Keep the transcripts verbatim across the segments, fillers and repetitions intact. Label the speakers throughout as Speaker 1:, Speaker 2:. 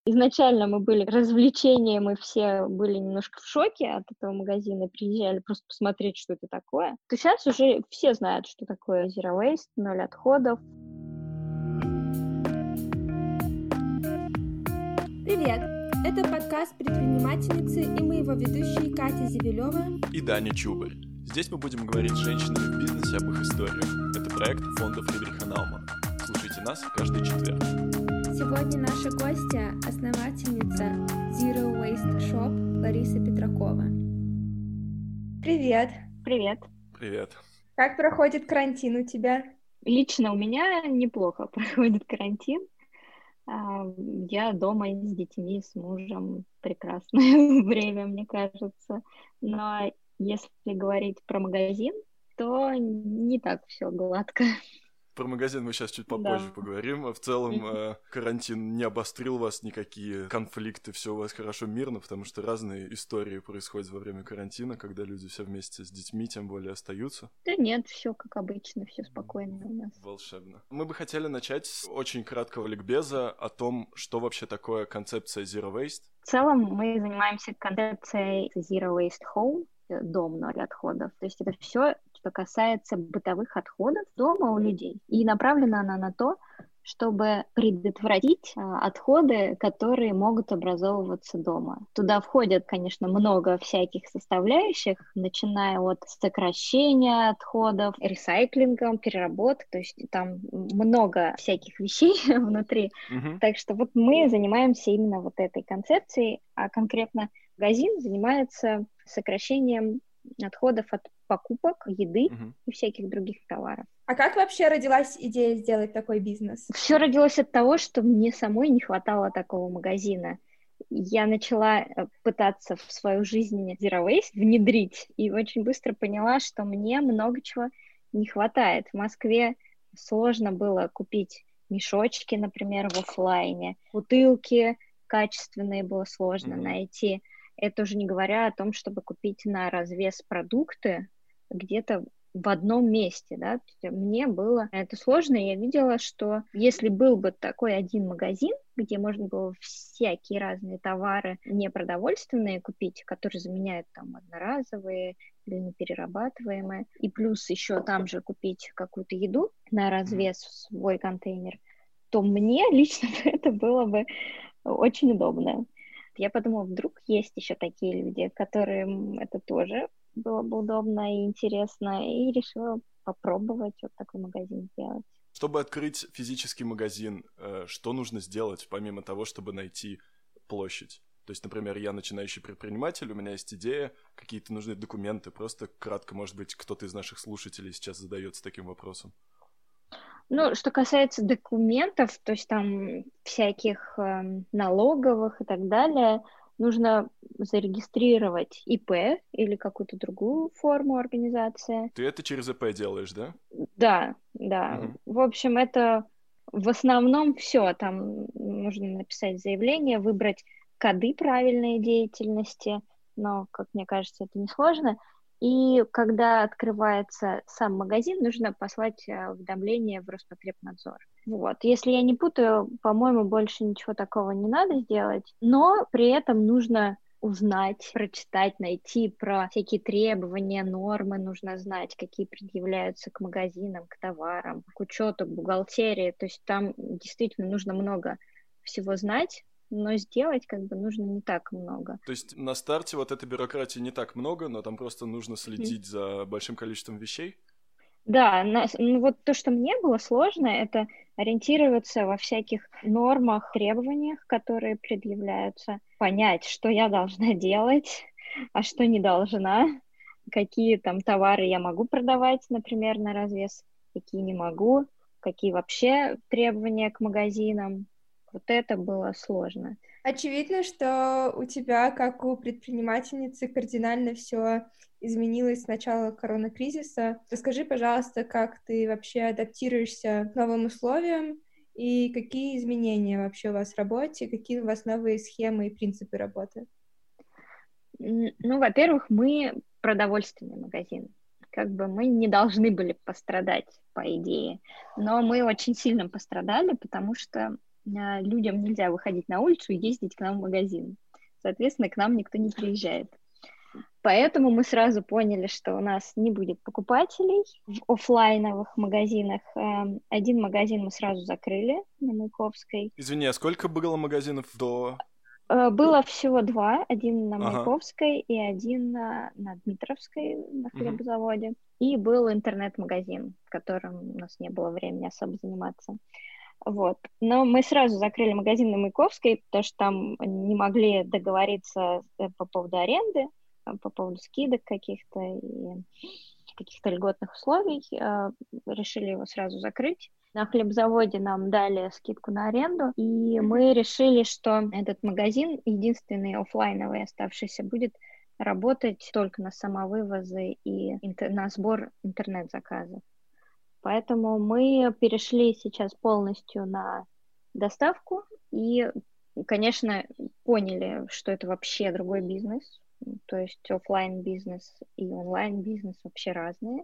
Speaker 1: изначально мы были развлечением, мы все были немножко в шоке от этого магазина, приезжали просто посмотреть, что это такое, то сейчас уже все знают, что такое Zero Waste, ноль отходов.
Speaker 2: Привет! Это подкаст предпринимательницы, и мы его ведущие Катя Зевелева
Speaker 3: и Даня Чубарь. Здесь мы будем говорить с женщинами в бизнесе об их историях. Это проект фонда Фридриха Наумана. Слушайте нас каждый четверг.
Speaker 2: Сегодня наша гостья – основательница Zero Waste Shop Лариса Петракова. Привет!
Speaker 1: Привет!
Speaker 3: Привет!
Speaker 2: Как проходит карантин у тебя?
Speaker 1: Лично у меня неплохо проходит карантин. Я дома с детьми, с мужем. Прекрасное время, мне кажется. Но если говорить про магазин, то не так все гладко.
Speaker 3: Про магазин мы сейчас чуть попозже да. поговорим. В целом mm-hmm. карантин не обострил вас, никакие конфликты, все у вас хорошо, мирно, потому что разные истории происходят во время карантина, когда люди все вместе с детьми, тем более, остаются.
Speaker 1: Да нет, все как обычно, все спокойно у нас.
Speaker 3: Волшебно. Мы бы хотели начать с очень краткого ликбеза о том, что вообще такое концепция Zero Waste.
Speaker 1: В целом мы занимаемся концепцией Zero Waste Home, дом ноль отходов. То есть это все, что касается бытовых отходов дома у людей. И направлена она на то, чтобы предотвратить а, отходы, которые могут образовываться дома. Туда входят, конечно, много всяких составляющих, начиная от сокращения отходов, ресайклингом, переработки, то есть там много всяких вещей внутри. Mm-hmm. Так что вот мы занимаемся именно вот этой концепцией, а конкретно магазин занимается сокращением отходов от покупок, еды uh-huh. и всяких других товаров.
Speaker 2: А как вообще родилась идея сделать такой бизнес?
Speaker 1: Все родилось от того, что мне самой не хватало такого магазина. Я начала пытаться в свою жизнь Zero Waste внедрить, и очень быстро поняла, что мне много чего не хватает. В Москве сложно было купить мешочки, например, в офлайне, бутылки качественные было сложно uh-huh. найти. Это уже не говоря о том, чтобы купить на развес продукты где-то в одном месте, да. Мне было это сложно, и я видела, что если был бы такой один магазин, где можно было всякие разные товары непродовольственные купить, которые заменяют там одноразовые или неперерабатываемые, и плюс еще там же купить какую-то еду на развес в свой контейнер, то мне лично это было бы очень удобно. Я подумала, вдруг есть еще такие люди, которым это тоже было бы удобно и интересно, и решила попробовать вот такой магазин сделать.
Speaker 3: Чтобы открыть физический магазин, что нужно сделать, помимо того, чтобы найти площадь? То есть, например, я начинающий предприниматель, у меня есть идея, какие-то нужны документы, просто кратко, может быть, кто-то из наших слушателей сейчас задается таким вопросом.
Speaker 1: Ну, что касается документов, то есть там всяких э, налоговых и так далее, нужно зарегистрировать ИП или какую-то другую форму организации.
Speaker 3: Ты это через ИП делаешь, да?
Speaker 1: Да, да. Угу. В общем, это в основном все. Там нужно написать заявление, выбрать коды правильной деятельности, но, как мне кажется, это несложно. И когда открывается сам магазин, нужно послать уведомление в Роспотребнадзор. Вот. Если я не путаю, по-моему, больше ничего такого не надо сделать, но при этом нужно узнать, прочитать, найти про всякие требования, нормы, нужно знать, какие предъявляются к магазинам, к товарам, к учету, к бухгалтерии. То есть там действительно нужно много всего знать, но сделать как бы нужно не так много.
Speaker 3: То есть на старте вот этой бюрократии не так много, но там просто нужно следить mm-hmm. за большим количеством вещей?
Speaker 1: Да, на, ну вот то, что мне было сложно, это ориентироваться во всяких нормах, требованиях, которые предъявляются, понять, что я должна делать, а что не должна, какие там товары я могу продавать, например, на развес, какие не могу, какие вообще требования к магазинам. Вот это было сложно.
Speaker 2: Очевидно, что у тебя, как у предпринимательницы, кардинально все изменилось с начала коронакризиса. Расскажи, пожалуйста, как ты вообще адаптируешься к новым условиям и какие изменения вообще у вас в работе, какие у вас новые схемы и принципы работы?
Speaker 1: Ну, во-первых, мы продовольственный магазин. Как бы мы не должны были пострадать, по идее. Но мы очень сильно пострадали, потому что а, людям нельзя выходить на улицу и ездить к нам в магазин. Соответственно, к нам никто не приезжает. Поэтому мы сразу поняли, что у нас не будет покупателей в офлайновых магазинах. Эм, Один магазин мы сразу закрыли на Маяковской.
Speaker 3: Извини, а сколько было магазинов до...
Speaker 1: Э, Было всего два. Один на
Speaker 3: Ага.
Speaker 1: Маяковской и один на, на Дмитровской, на
Speaker 3: Мгм.
Speaker 1: хлебозаводе. И был интернет-магазин, которым у нас не было времени особо заниматься. Вот. Но мы сразу закрыли магазин на Маяковской, потому что там не могли договориться э, по поводу аренды, э, по поводу скидок каких-то и каких-то льготных условий. Э, Решили его сразу закрыть. На хлебзаводе нам дали скидку на аренду, и мы решили, что этот магазин, единственный офлайновый оставшийся, будет работать только на самовывозы и интер- на сбор интернет-заказов. Поэтому мы перешли сейчас полностью на доставку и, конечно, поняли, что это вообще другой бизнес. То есть офлайн бизнес и онлайн бизнес вообще разные.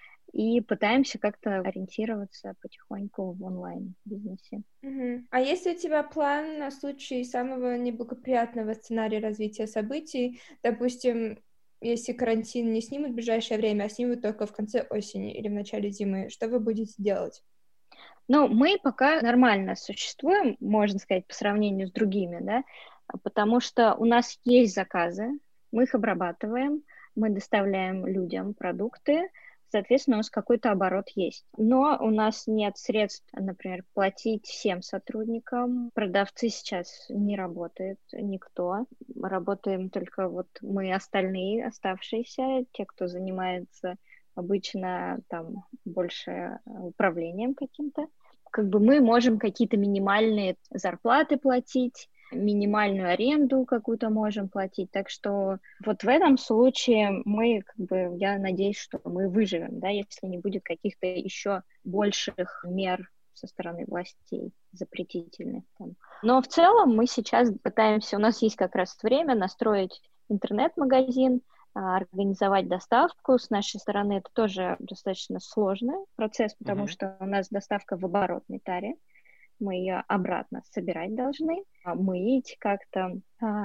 Speaker 1: И пытаемся как-то ориентироваться потихоньку в онлайн-бизнесе.
Speaker 2: Мгм. А есть ли у тебя план на случай самого неблагоприятного сценария развития событий? Допустим, если карантин не снимут в ближайшее время, а снимут только в конце осени или в начале зимы, что вы будете делать?
Speaker 1: Ну, мы пока нормально существуем, можно сказать, по сравнению с другими, да, потому что у нас есть заказы, мы их обрабатываем, мы доставляем людям продукты, соответственно, у нас какой-то оборот есть. Но у нас нет средств, например, платить всем сотрудникам. Продавцы сейчас не работают, никто. Работаем только вот мы остальные, оставшиеся, те, кто занимается обычно там больше управлением каким-то. Как бы мы можем какие-то минимальные зарплаты платить, минимальную аренду какую-то можем платить. Так что вот в этом случае мы, как бы, я надеюсь, что мы выживем, да, если не будет каких-то еще больших мер со стороны властей запретительных. Там. Но в целом мы сейчас пытаемся, у нас есть как раз время настроить интернет-магазин, организовать доставку. С нашей стороны это тоже достаточно сложный процесс, потому mm-hmm. что у нас доставка в оборотной таре. Мы ее обратно собирать должны, мыть как-то,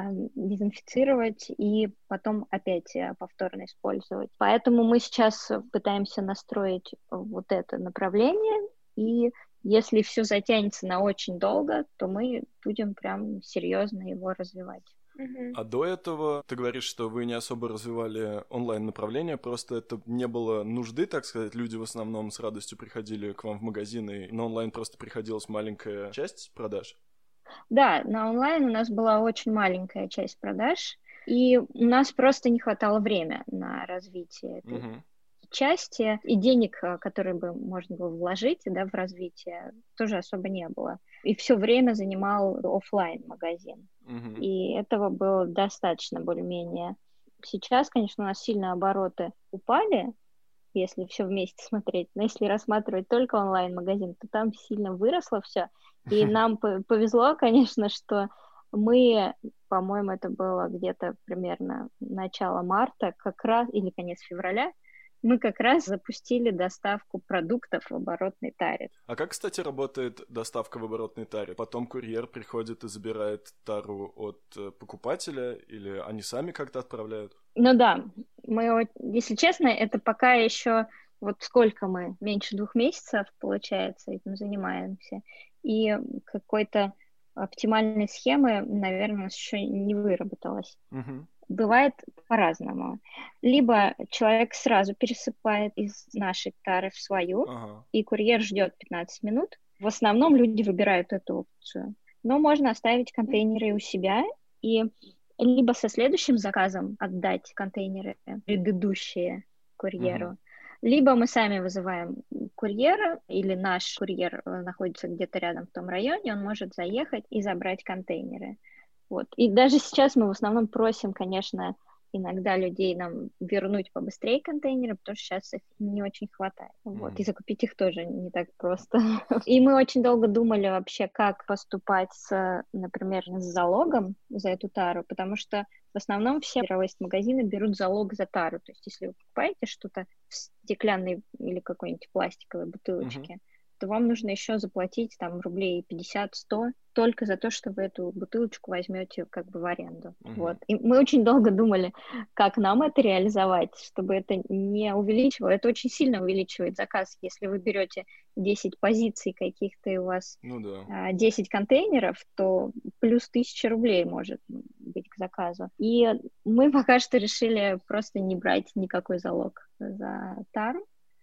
Speaker 1: дезинфицировать и потом опять повторно использовать. Поэтому мы сейчас пытаемся настроить вот это направление, и если все затянется на очень долго, то мы будем прям серьезно его развивать.
Speaker 3: А до этого ты говоришь, что вы не особо развивали онлайн-направление, просто это не было нужды, так сказать, люди в основном с радостью приходили к вам в магазины, на онлайн просто приходилась маленькая часть продаж?
Speaker 1: Да, на онлайн у нас была очень маленькая часть продаж, и у нас просто не хватало времени на развитие этой угу. части, и денег, которые бы можно было вложить, да, в развитие, тоже особо не было. И все время занимал офлайн-магазин. Uh-huh. И этого было достаточно более-менее. Сейчас, конечно, у нас сильно обороты упали, если все вместе смотреть. Но если рассматривать только онлайн-магазин, то там сильно выросло все. И нам повезло, конечно, что мы, по-моему, это было где-то примерно начало марта, как раз, или конец февраля, мы как раз запустили доставку продуктов в оборотной таре.
Speaker 3: А как, кстати, работает доставка в оборотной таре? Потом курьер приходит и забирает тару от покупателя, или они сами как-то отправляют?
Speaker 1: Ну да, мы, если честно, это пока еще вот сколько мы, меньше двух месяцев, получается, этим занимаемся, и какой-то оптимальной схемы, наверное, у нас еще не выработалось. Угу. Бывает по-разному. Либо человек сразу пересыпает из нашей тары в свою, ага. и курьер ждет пятнадцать минут. В основном люди выбирают эту опцию. Но можно оставить контейнеры у себя и либо со следующим заказом отдать контейнеры предыдущие курьеру, ага. либо мы сами вызываем курьера, или наш курьер находится где-то рядом в том районе, он может заехать и забрать контейнеры. Вот. И даже сейчас мы в основном просим, конечно, иногда людей нам вернуть побыстрее контейнеры, потому что сейчас их не очень хватает. Вот. Mm-hmm. И закупить их тоже не так просто. И мы очень долго думали вообще, как поступать, с, например, с залогом за эту тару, потому что в основном все зеро-вейст-магазины берут залог за тару. То есть если вы покупаете что-то в стеклянной или какой-нибудь пластиковой бутылочке, mm-hmm. то вам нужно еще заплатить там рублей пятьдесят-сто только за то, что вы эту бутылочку возьмете как бы в аренду. Uh-huh. Вот. И мы очень долго думали, как нам это реализовать, чтобы это не увеличивало. Это очень сильно увеличивает заказ. Если вы берете десять позиций каких-то, и у вас
Speaker 3: ну, да.
Speaker 1: десять контейнеров, то плюс тысяча рублей может быть к заказу. И мы пока что решили просто не брать никакой залог за тару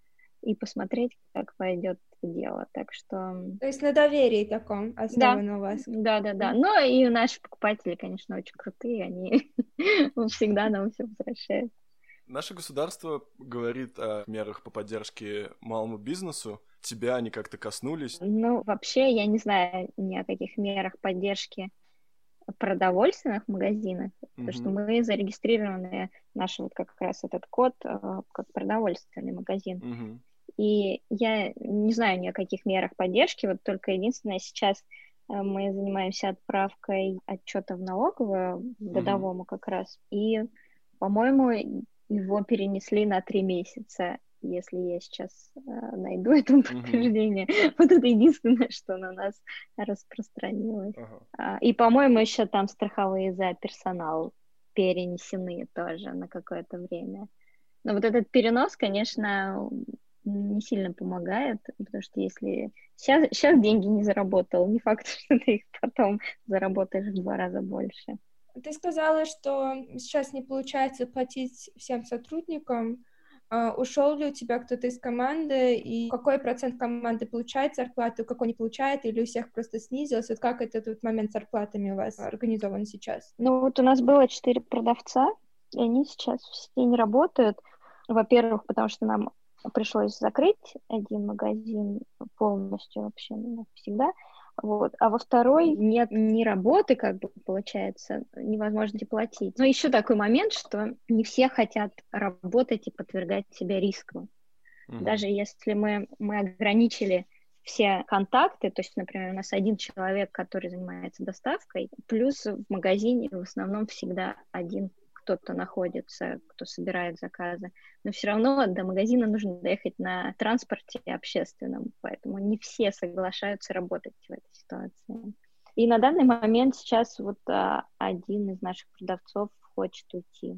Speaker 1: и посмотреть, как пойдет дело. Так что...
Speaker 2: То есть на доверии таком основано
Speaker 1: да.
Speaker 2: у вас.
Speaker 1: Да, да, да. Но и наши покупатели, конечно, очень крутые. Они всегда нам все возвращают.
Speaker 3: Наше государство говорит о мерах по поддержке малому бизнесу. Тебя они как-то коснулись?
Speaker 1: Ну, вообще, я не знаю ни о каких мерах поддержки продовольственных магазинах, mm-hmm. потому что мы зарегистрированы, наш вот как раз этот код, как продовольственный магазин.
Speaker 3: Mm-hmm.
Speaker 1: И я не знаю ни о каких мерах поддержки, вот только единственное, сейчас мы занимаемся отправкой отчета в налоговую, годовому mm-hmm. как раз, и, по-моему, его перенесли на три месяца, если я сейчас э, найду это подтверждение. Mm-hmm. Вот это единственное, что на нас распространилось. Uh-huh. А, и, по-моему, еще там страховые за персонал перенесены тоже на какое-то время. Но вот этот перенос, конечно, не сильно помогает, потому что если сейчас, сейчас деньги не заработал, не факт, что ты их потом заработаешь в два раза больше.
Speaker 2: Ты сказала, что сейчас не получается платить всем сотрудникам. Uh, ушел ли у тебя кто-то из команды, и какой процент команды получает зарплату, какой не получает, или у всех просто снизилось? Вот как этот вот момент с зарплатами у вас организован сейчас?
Speaker 1: Ну вот у нас было четыре продавца, и они сейчас все не работают. Во-первых, потому что нам пришлось закрыть один магазин полностью вообще навсегда. Вот. А во второй нет ни работы, как бы, получается, невозможно платить. Но еще такой момент, что не все хотят работать и подвергать себя риску. Mm-hmm. Даже если мы, мы ограничили все контакты, то есть, например, у нас один человек, который занимается доставкой, плюс в магазине в основном всегда один кто-то находится, кто собирает заказы, но все равно до магазина нужно доехать на транспорте общественном, поэтому не все соглашаются работать в этой ситуации. И на данный момент сейчас вот а, один из наших продавцов хочет уйти,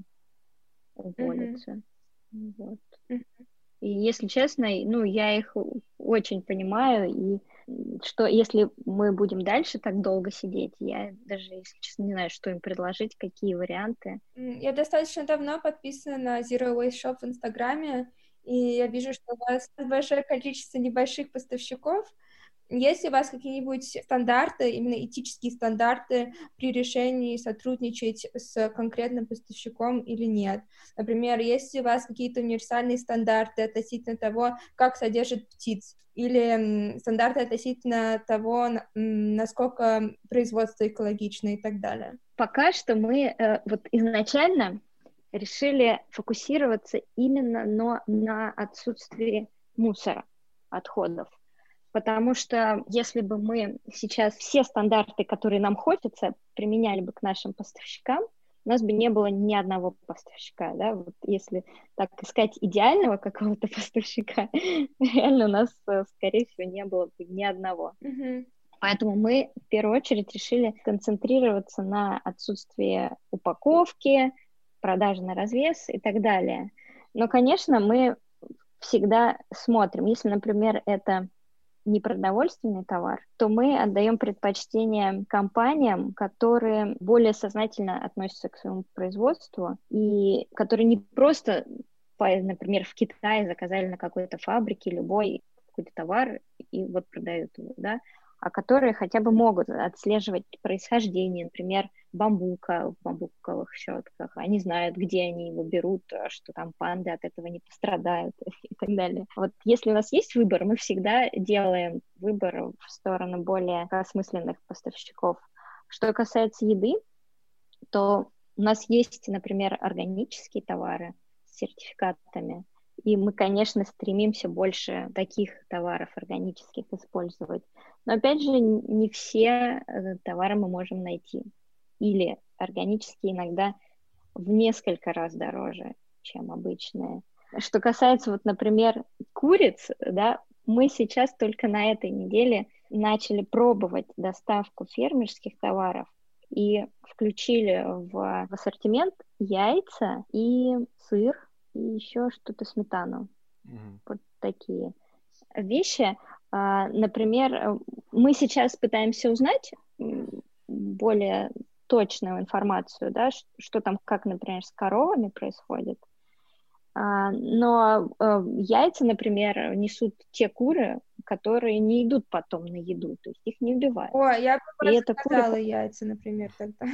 Speaker 1: уволиться. Mm-hmm. Вот. Mm-hmm. И если честно, ну, я их очень понимаю, и что если мы будем дальше так долго сидеть, я даже, если честно, не знаю, что им предложить, какие варианты.
Speaker 2: Я достаточно давно подписана на Zero Waste Shop в Инстаграме, и я вижу, что у вас большое количество небольших поставщиков. Есть ли у вас какие-нибудь стандарты, именно этические стандарты при решении сотрудничать с конкретным поставщиком или нет? Например, есть ли у вас какие-то универсальные стандарты относительно того, как содержат птиц? Или стандарты относительно того, насколько производство экологично и так далее?
Speaker 1: Пока что мы э, вот изначально решили фокусироваться именно но на отсутствии мусора, отходов. Потому что если бы мы сейчас все стандарты, которые нам хочется, применяли бы к нашим поставщикам, у нас бы не было ни одного поставщика, да, вот если так искать идеального какого-то поставщика, реально у нас, скорее всего, не было бы ни одного.
Speaker 2: Mm-hmm.
Speaker 1: Поэтому мы в первую очередь решили концентрироваться на отсутствии упаковки, продажи на развес и так далее. Но, конечно, мы всегда смотрим, если, например, это непродовольственный товар, то мы отдаем предпочтение компаниям, которые более сознательно относятся к своему производству и которые не просто, например, в Китае заказали на какой-то фабрике любой какой-то товар и вот продают его, да, а которые хотя бы могут отслеживать происхождение, например, бамбука в бамбуковых щетках. Они знают, где они его берут, что там панды от этого не пострадают и так далее. Вот если у нас есть выбор, мы всегда делаем выбор в сторону более осмысленных поставщиков. Что касается еды, то у нас есть, например, органические товары с сертификатами, и мы, конечно, стремимся больше таких товаров органических использовать. Но, опять же, не все товары мы можем найти. Или органические иногда в несколько раз дороже, чем обычные. Что касается, вот, например, куриц, да, Мы сейчас только на этой неделе начали пробовать доставку фермерских товаров и включили в, в ассортимент яйца и сыр, и еще что-то сметану. Mm-hmm. Вот такие вещи. А, например, мы сейчас пытаемся узнать более точную информацию, да, что там, как, например, с коровами происходит. А, но а, яйца, например, несут те куры, которые не идут потом на еду, то есть их не убивают.
Speaker 2: О, я бы
Speaker 1: и
Speaker 2: заказала
Speaker 1: куры...
Speaker 2: яйца, например, тогда.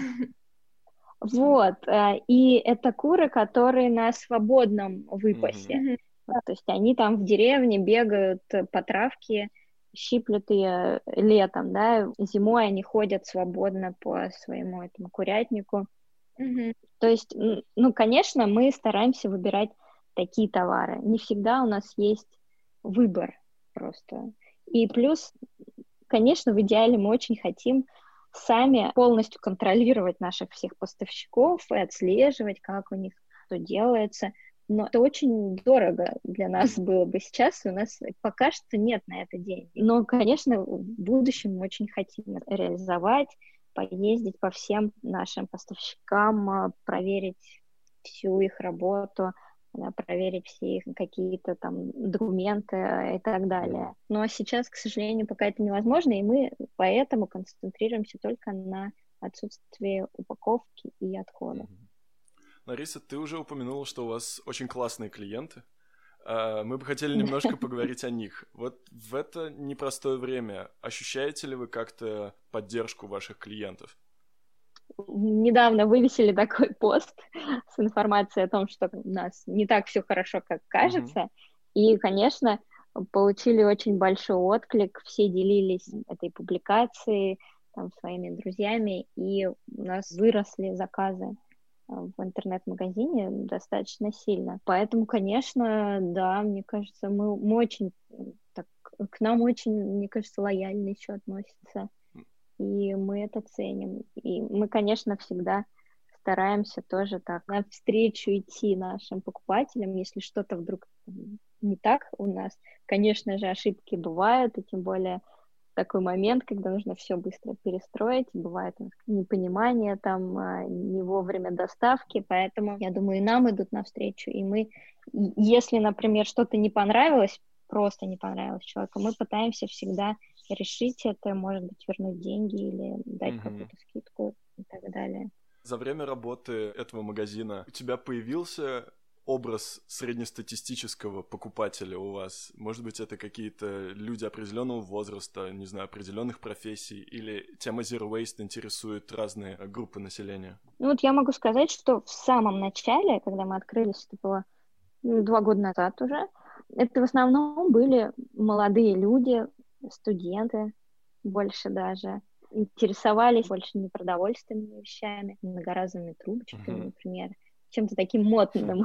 Speaker 1: Вот, и это куры, которые на свободном выпасе. Mm-hmm. То есть они там в деревне бегают по травке, щиплют ее летом, да, зимой они ходят свободно по своему этому курятнику.
Speaker 2: Mm-hmm.
Speaker 1: То есть, ну, конечно, мы стараемся выбирать такие товары. Не всегда у нас есть выбор просто. И плюс, конечно, в идеале мы очень хотим сами полностью контролировать наших всех поставщиков и отслеживать, как у них что делается. Но это очень дорого для нас было бы сейчас, у нас пока что нет на это денег. Но, конечно, в будущем мы очень хотим реализовать, поездить по всем нашим поставщикам, проверить всю их работу, проверить все их какие-то там документы и так далее. Но сейчас, к сожалению, пока это невозможно, и мы поэтому концентрируемся только на отсутствии упаковки и отходов.
Speaker 3: Лариса, ты уже упомянула, что у вас очень классные клиенты. Мы бы хотели немножко поговорить о них. Вот в это непростое время ощущаете ли вы как-то поддержку ваших клиентов?
Speaker 1: Недавно вывесили такой пост с информацией о том, что у нас не так все хорошо, как кажется. Mm-hmm. И, конечно, получили очень большой отклик. Все делились этой публикацией там, своими друзьями, и у нас выросли заказы в интернет-магазине достаточно сильно. Поэтому, конечно, да, мне кажется, мы, мы очень так, к нам очень, мне кажется, лояльно еще относятся. И мы это ценим. И мы, конечно, всегда стараемся тоже так навстречу идти нашим покупателям, если что-то вдруг не так у нас. Конечно же, ошибки бывают, и тем более такой момент, когда нужно все быстро перестроить, бывает непонимание, там, не вовремя доставки, поэтому, я думаю, и нам идут навстречу, и мы, если, например, что-то не понравилось, просто не понравилось человеку, мы пытаемся всегда решить это, может быть, вернуть деньги или дать mm-hmm. какую-то скидку и так далее.
Speaker 3: За время работы этого магазина у тебя появился образ среднестатистического покупателя у вас? Может быть, это какие-то люди определенного возраста, не знаю, определенных профессий, или тема Zero Waste интересует разные группы населения?
Speaker 1: Ну вот я могу сказать, что в самом начале, когда мы открылись, это было ну, два года назад уже, это в основном были молодые люди, студенты больше даже, интересовались больше не продовольственными вещами, многоразовыми трубочками, uh-huh. например, чем-то таким модным.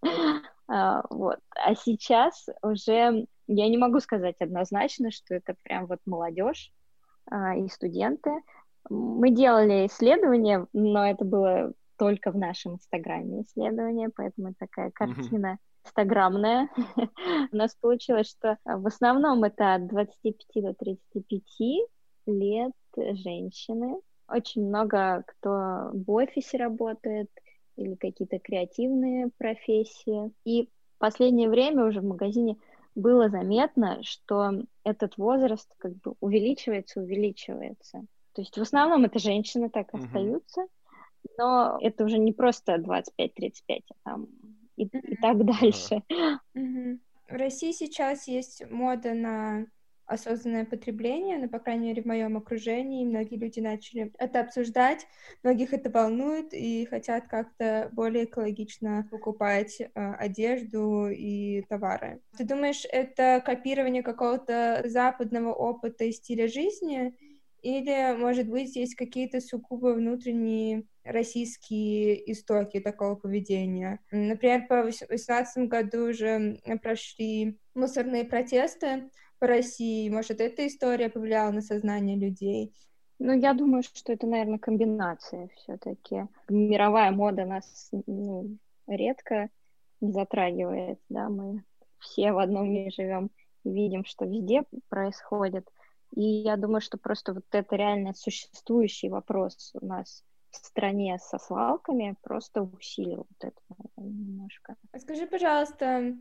Speaker 1: uh, вот. А сейчас уже я не могу сказать однозначно, что это прям вот молодежь uh, и студенты. Мы делали исследования, но это было только в нашем инстаграме исследование, поэтому это такая картина uh-huh. инстаграмная. У нас получилось, что в основном это от двадцати пяти до тридцати пяти лет женщины. Очень много кто в офисе работает или какие-то креативные профессии. И в последнее время уже в магазине было заметно, что этот возраст как бы увеличивается, увеличивается. То есть в основном это женщины так uh-huh. остаются, но это уже не просто двадцать пять тридцать пять, а там и, uh-huh. и так дальше.
Speaker 2: Uh-huh. В России сейчас есть мода на осознанное потребление, но, по крайней мере, в моем окружении многие люди начали это обсуждать, многих это волнует и хотят как-то более экологично покупать э, одежду и товары. Ты думаешь, это копирование какого-то западного опыта и стиля жизни, или, может быть, есть какие-то сугубо внутренние российские истоки такого поведения? Например, по две тысячи восемнадцатому году уже прошли мусорные протесты по России. Может, эта история повлияла на сознание людей?
Speaker 1: Ну, я думаю, что это, наверное, комбинация все-таки. Мировая мода нас ну, редко не затрагивает, да, мы все в одном мире живем. видим, что везде происходит. И я думаю, что просто вот это реально существующий вопрос у нас в стране со свалками просто усилил вот это немножко.
Speaker 2: Скажи, пожалуйста,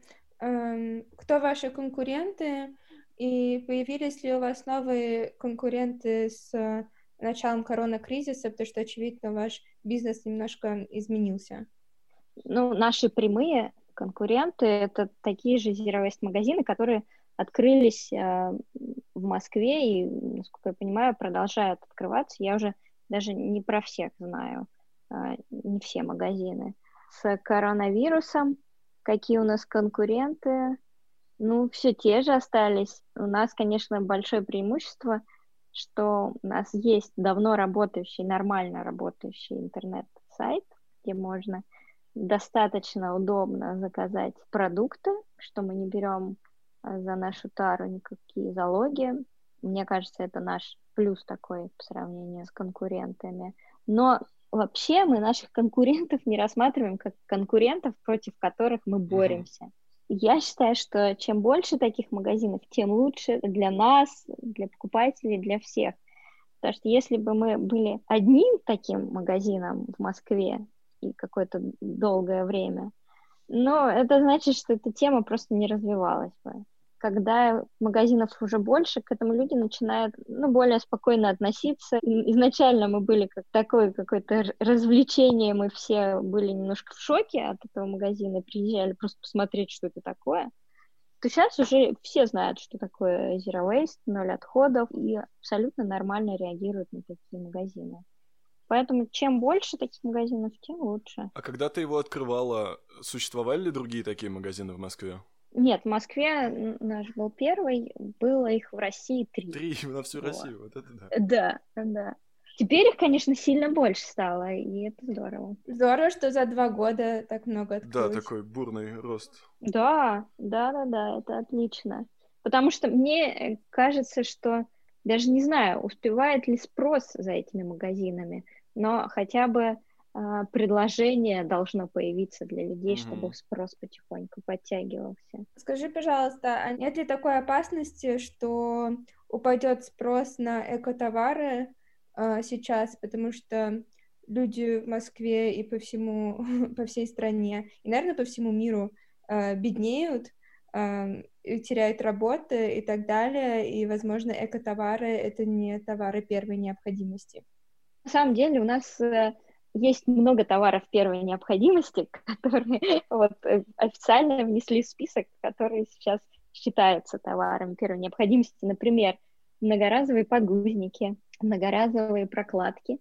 Speaker 2: эм, кто ваши конкуренты, и появились ли у вас новые конкуренты с началом коронакризиса, потому что, очевидно, ваш бизнес немножко изменился?
Speaker 1: Ну, наши прямые конкуренты — это такие же Zero Waste магазины, которые открылись э, в Москве и, насколько я понимаю, продолжают открываться. Я уже даже не про всех знаю, э, не все магазины. С коронавирусом какие у нас конкуренты? Ну, все те же остались. У нас, конечно, большое преимущество, что у нас есть давно работающий, нормально работающий интернет-сайт, где можно достаточно удобно заказать продукты, что мы не берем за нашу тару никакие залоги. Мне кажется, это наш плюс такой по сравнению с конкурентами. Но вообще мы наших конкурентов не рассматриваем как конкурентов, против которых мы боремся. Mm-hmm. Я считаю, что чем больше таких магазинов, тем лучше для нас, для покупателей, для всех. Потому что если бы мы были одним таким магазином в Москве и какое-то долгое время, но это значит, что эта тема просто не развивалась бы. Когда магазинов уже больше, к этому люди начинают, ну, более спокойно относиться. Изначально мы были как такое какое-то развлечение, мы все были немножко в шоке от этого магазина, приезжали просто посмотреть, что это такое. То сейчас уже все знают, что такое Zero Waste, ноль отходов, и абсолютно нормально реагируют на такие магазины. Поэтому чем больше таких магазинов, тем лучше.
Speaker 3: А когда ты его открывала, существовали ли другие такие магазины в Москве?
Speaker 1: Нет, в Москве наш был первый, было их в России три.
Speaker 3: Три на всю Россию, вот это да.
Speaker 1: Да, да. Теперь их, конечно, сильно больше стало, и это здорово.
Speaker 2: Здорово, что за два года так много открылось.
Speaker 3: Да, такой бурный рост.
Speaker 1: Да, да, да, да, это отлично. Потому что мне кажется, что, даже не знаю, успевает ли спрос за этими магазинами, но хотя бы э, предложение должно появиться для людей, mm-hmm. чтобы спрос потихоньку подтягивался.
Speaker 2: Скажи, пожалуйста, а нет ли такой опасности, что упадет спрос на экотовары э, сейчас, потому что люди в Москве и по всему, по всей стране, и, наверное, по всему миру э, беднеют, э, теряют работы и так далее, и, возможно, экотовары — это не товары первой необходимости?
Speaker 1: На самом деле у нас э, есть много товаров первой необходимости, которые вот, э, официально внесли в список, которые сейчас считаются товарами первой необходимости. Например, многоразовые подгузники, многоразовые прокладки.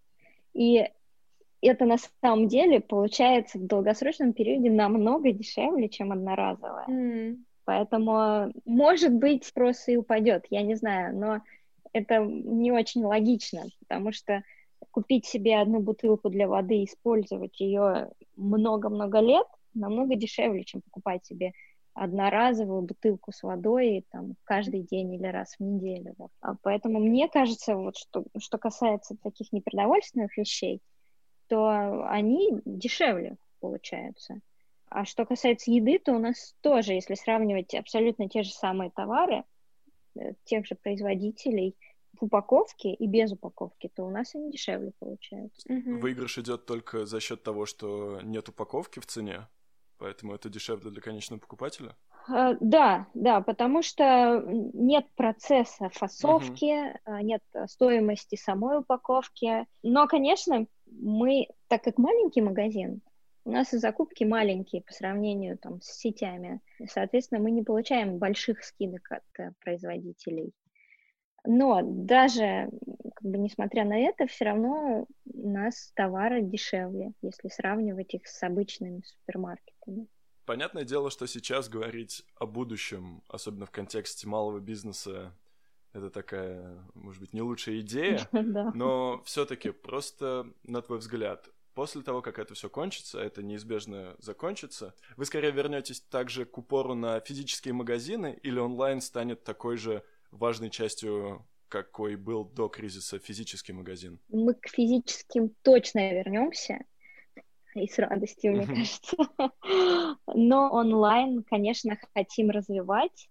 Speaker 1: И это на самом деле получается в долгосрочном периоде намного дешевле, чем одноразовое.
Speaker 2: Mm.
Speaker 1: Поэтому, может быть, спрос и упадет, я не знаю, но это не очень логично, потому что купить себе одну бутылку для воды и использовать ее много-много лет намного дешевле, чем покупать себе одноразовую бутылку с водой там, каждый день или раз в неделю. Вот. А поэтому мне кажется, вот, что, что касается таких непродовольственных вещей, то они дешевле получаются. А что касается еды, то у нас тоже, если сравнивать абсолютно те же самые товары, тех же производителей, в упаковке и без упаковки, то у нас они дешевле получаются.
Speaker 2: Mm-hmm.
Speaker 3: Выигрыш идет только за счет того, что нет упаковки в цене, поэтому это дешевле для конечного покупателя?
Speaker 1: Uh, да, да, потому что нет процесса фасовки, uh-huh. нет стоимости самой упаковки. Но, конечно, мы, так как маленький магазин, у нас и закупки маленькие по сравнению там, с сетями. Соответственно, мы не получаем больших скидок от uh, производителей. Но даже, как бы, несмотря на это, все равно у нас товары дешевле, если сравнивать их с обычными супермаркетами.
Speaker 3: Понятное дело, что сейчас говорить о будущем, особенно в контексте малого бизнеса, это такая, может быть, не лучшая идея, но все-таки просто, на твой взгляд, после того, как это все кончится, это неизбежно закончится, вы скорее вернетесь также к упору на физические магазины или онлайн станет такой же важной частью, какой был до кризиса физический магазин?
Speaker 1: Мы к физическим точно вернемся, и с радостью, мне кажется. Но онлайн, конечно, хотим развивать,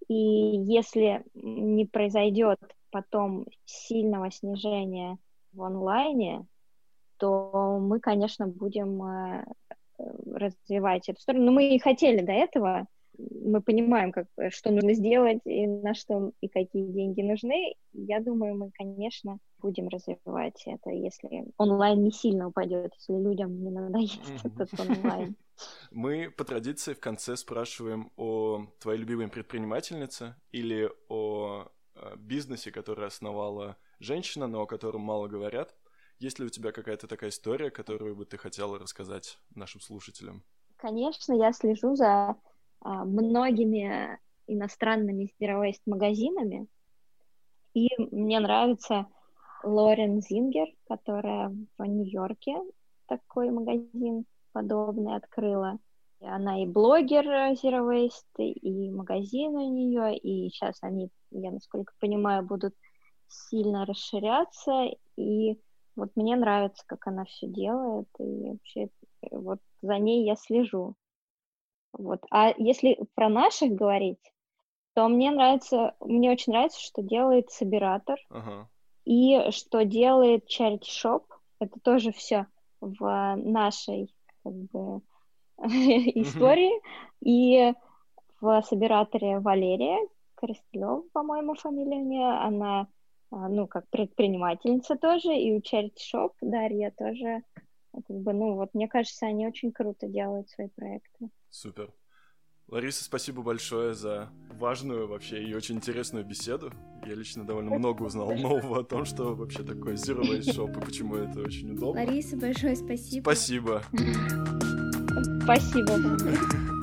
Speaker 1: И если не произойдет потом сильного снижения в онлайне, то мы, конечно, будем развивать эту сторону. Но мы и хотели до этого. Мы понимаем, как, что нужно сделать, и на что и какие деньги нужны. Я думаю, мы, конечно, будем развивать это, если онлайн не сильно упадет, если людям не надоест этот онлайн.
Speaker 3: Мы по традиции в конце спрашиваем о твоей любимой предпринимательнице или о бизнесе, который основала женщина, но о котором мало говорят. Есть ли у тебя какая-то такая история, которую бы ты хотела рассказать нашим слушателям?
Speaker 1: Конечно, я слежу за а, многими иностранными zero waste магазинами, и мне нравится Лорен Зингер, которая в Нью-Йорке такой магазин подобный открыла. И она и блогер Zero Waste, и магазин у нее, и сейчас они, я насколько понимаю, будут сильно расширяться, и вот мне нравится, как она все делает, и вообще вот за ней я слежу. Вот. А если про наших говорить, то мне нравится, мне очень нравится, что делает Собиратор,
Speaker 3: ага.
Speaker 1: и что делает Charity Shop. Это тоже все в нашей как бы, истории. И в Собираторе Валерия Коростылева, по-моему, фамилия у нее, она ну, как предпринимательница тоже, и у Charity Shop Дарья тоже, как бы, ну, вот, мне кажется, они очень круто делают свои проекты.
Speaker 3: Супер. Лариса, спасибо большое за важную вообще и очень интересную беседу. Я лично довольно много узнал нового о том, что вообще такое Zero Waste Shop и почему это очень удобно.
Speaker 2: Лариса, большое спасибо.
Speaker 3: Спасибо.
Speaker 1: Спасибо.